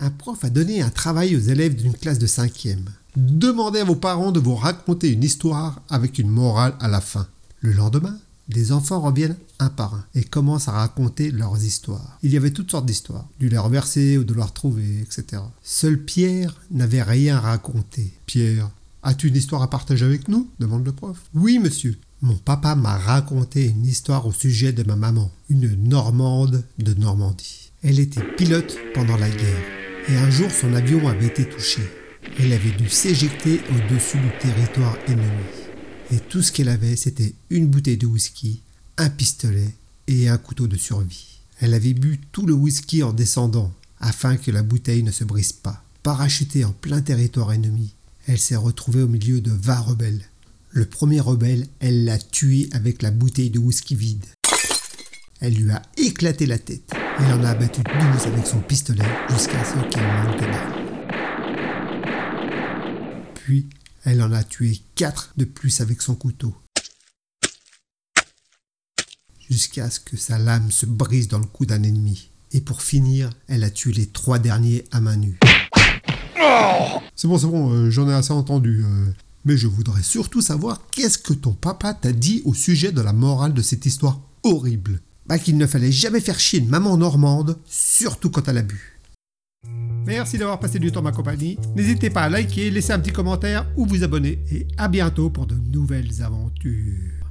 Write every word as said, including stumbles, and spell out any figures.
Un prof a donné un travail aux élèves d'une classe de cinquième. Demandez à vos parents de vous raconter une histoire avec une morale à la fin. Le lendemain, les enfants reviennent un par un et commencent à raconter leurs histoires. Il y avait toutes sortes d'histoires, du leur verser ou de leur trouver, et cetera. Seul Pierre n'avait rien à raconter. « Pierre, as-tu une histoire à partager avec nous ?» demande le prof. « Oui, monsieur. Mon papa m'a raconté une histoire au sujet de ma maman, une Normande de Normandie. Elle était pilote pendant la guerre et un jour son avion avait été touché. Elle avait dû s'éjecter au-dessus du territoire ennemi. Et tout ce qu'elle avait, c'était une bouteille de whisky, un pistolet et un couteau de survie. Elle avait bu tout le whisky en descendant, afin que la bouteille ne se brise pas. Parachutée en plein territoire ennemi, elle s'est retrouvée au milieu de vingt rebelles. Le premier rebelle, elle l'a tué avec la bouteille de whisky vide. Elle lui a éclaté la tête. Elle en a abattu douze avec son pistolet jusqu'à ce qu'elle manque de balles. Puis, elle en a tué quatre de plus avec son couteau. Jusqu'à ce que sa lame se brise dans le cou d'un ennemi. Et pour finir, elle a tué les trois derniers à main nue. C'est bon, c'est bon, euh, j'en ai assez entendu. Euh, mais je voudrais surtout savoir qu'est-ce que ton papa t'a dit au sujet de la morale de cette histoire horrible. Bah qu'il ne fallait jamais faire chier une maman normande, surtout quand elle a bu. Merci d'avoir passé du temps ma compagnie. N'hésitez pas à liker, laisser un petit commentaire ou vous abonner. Et à bientôt pour de nouvelles aventures.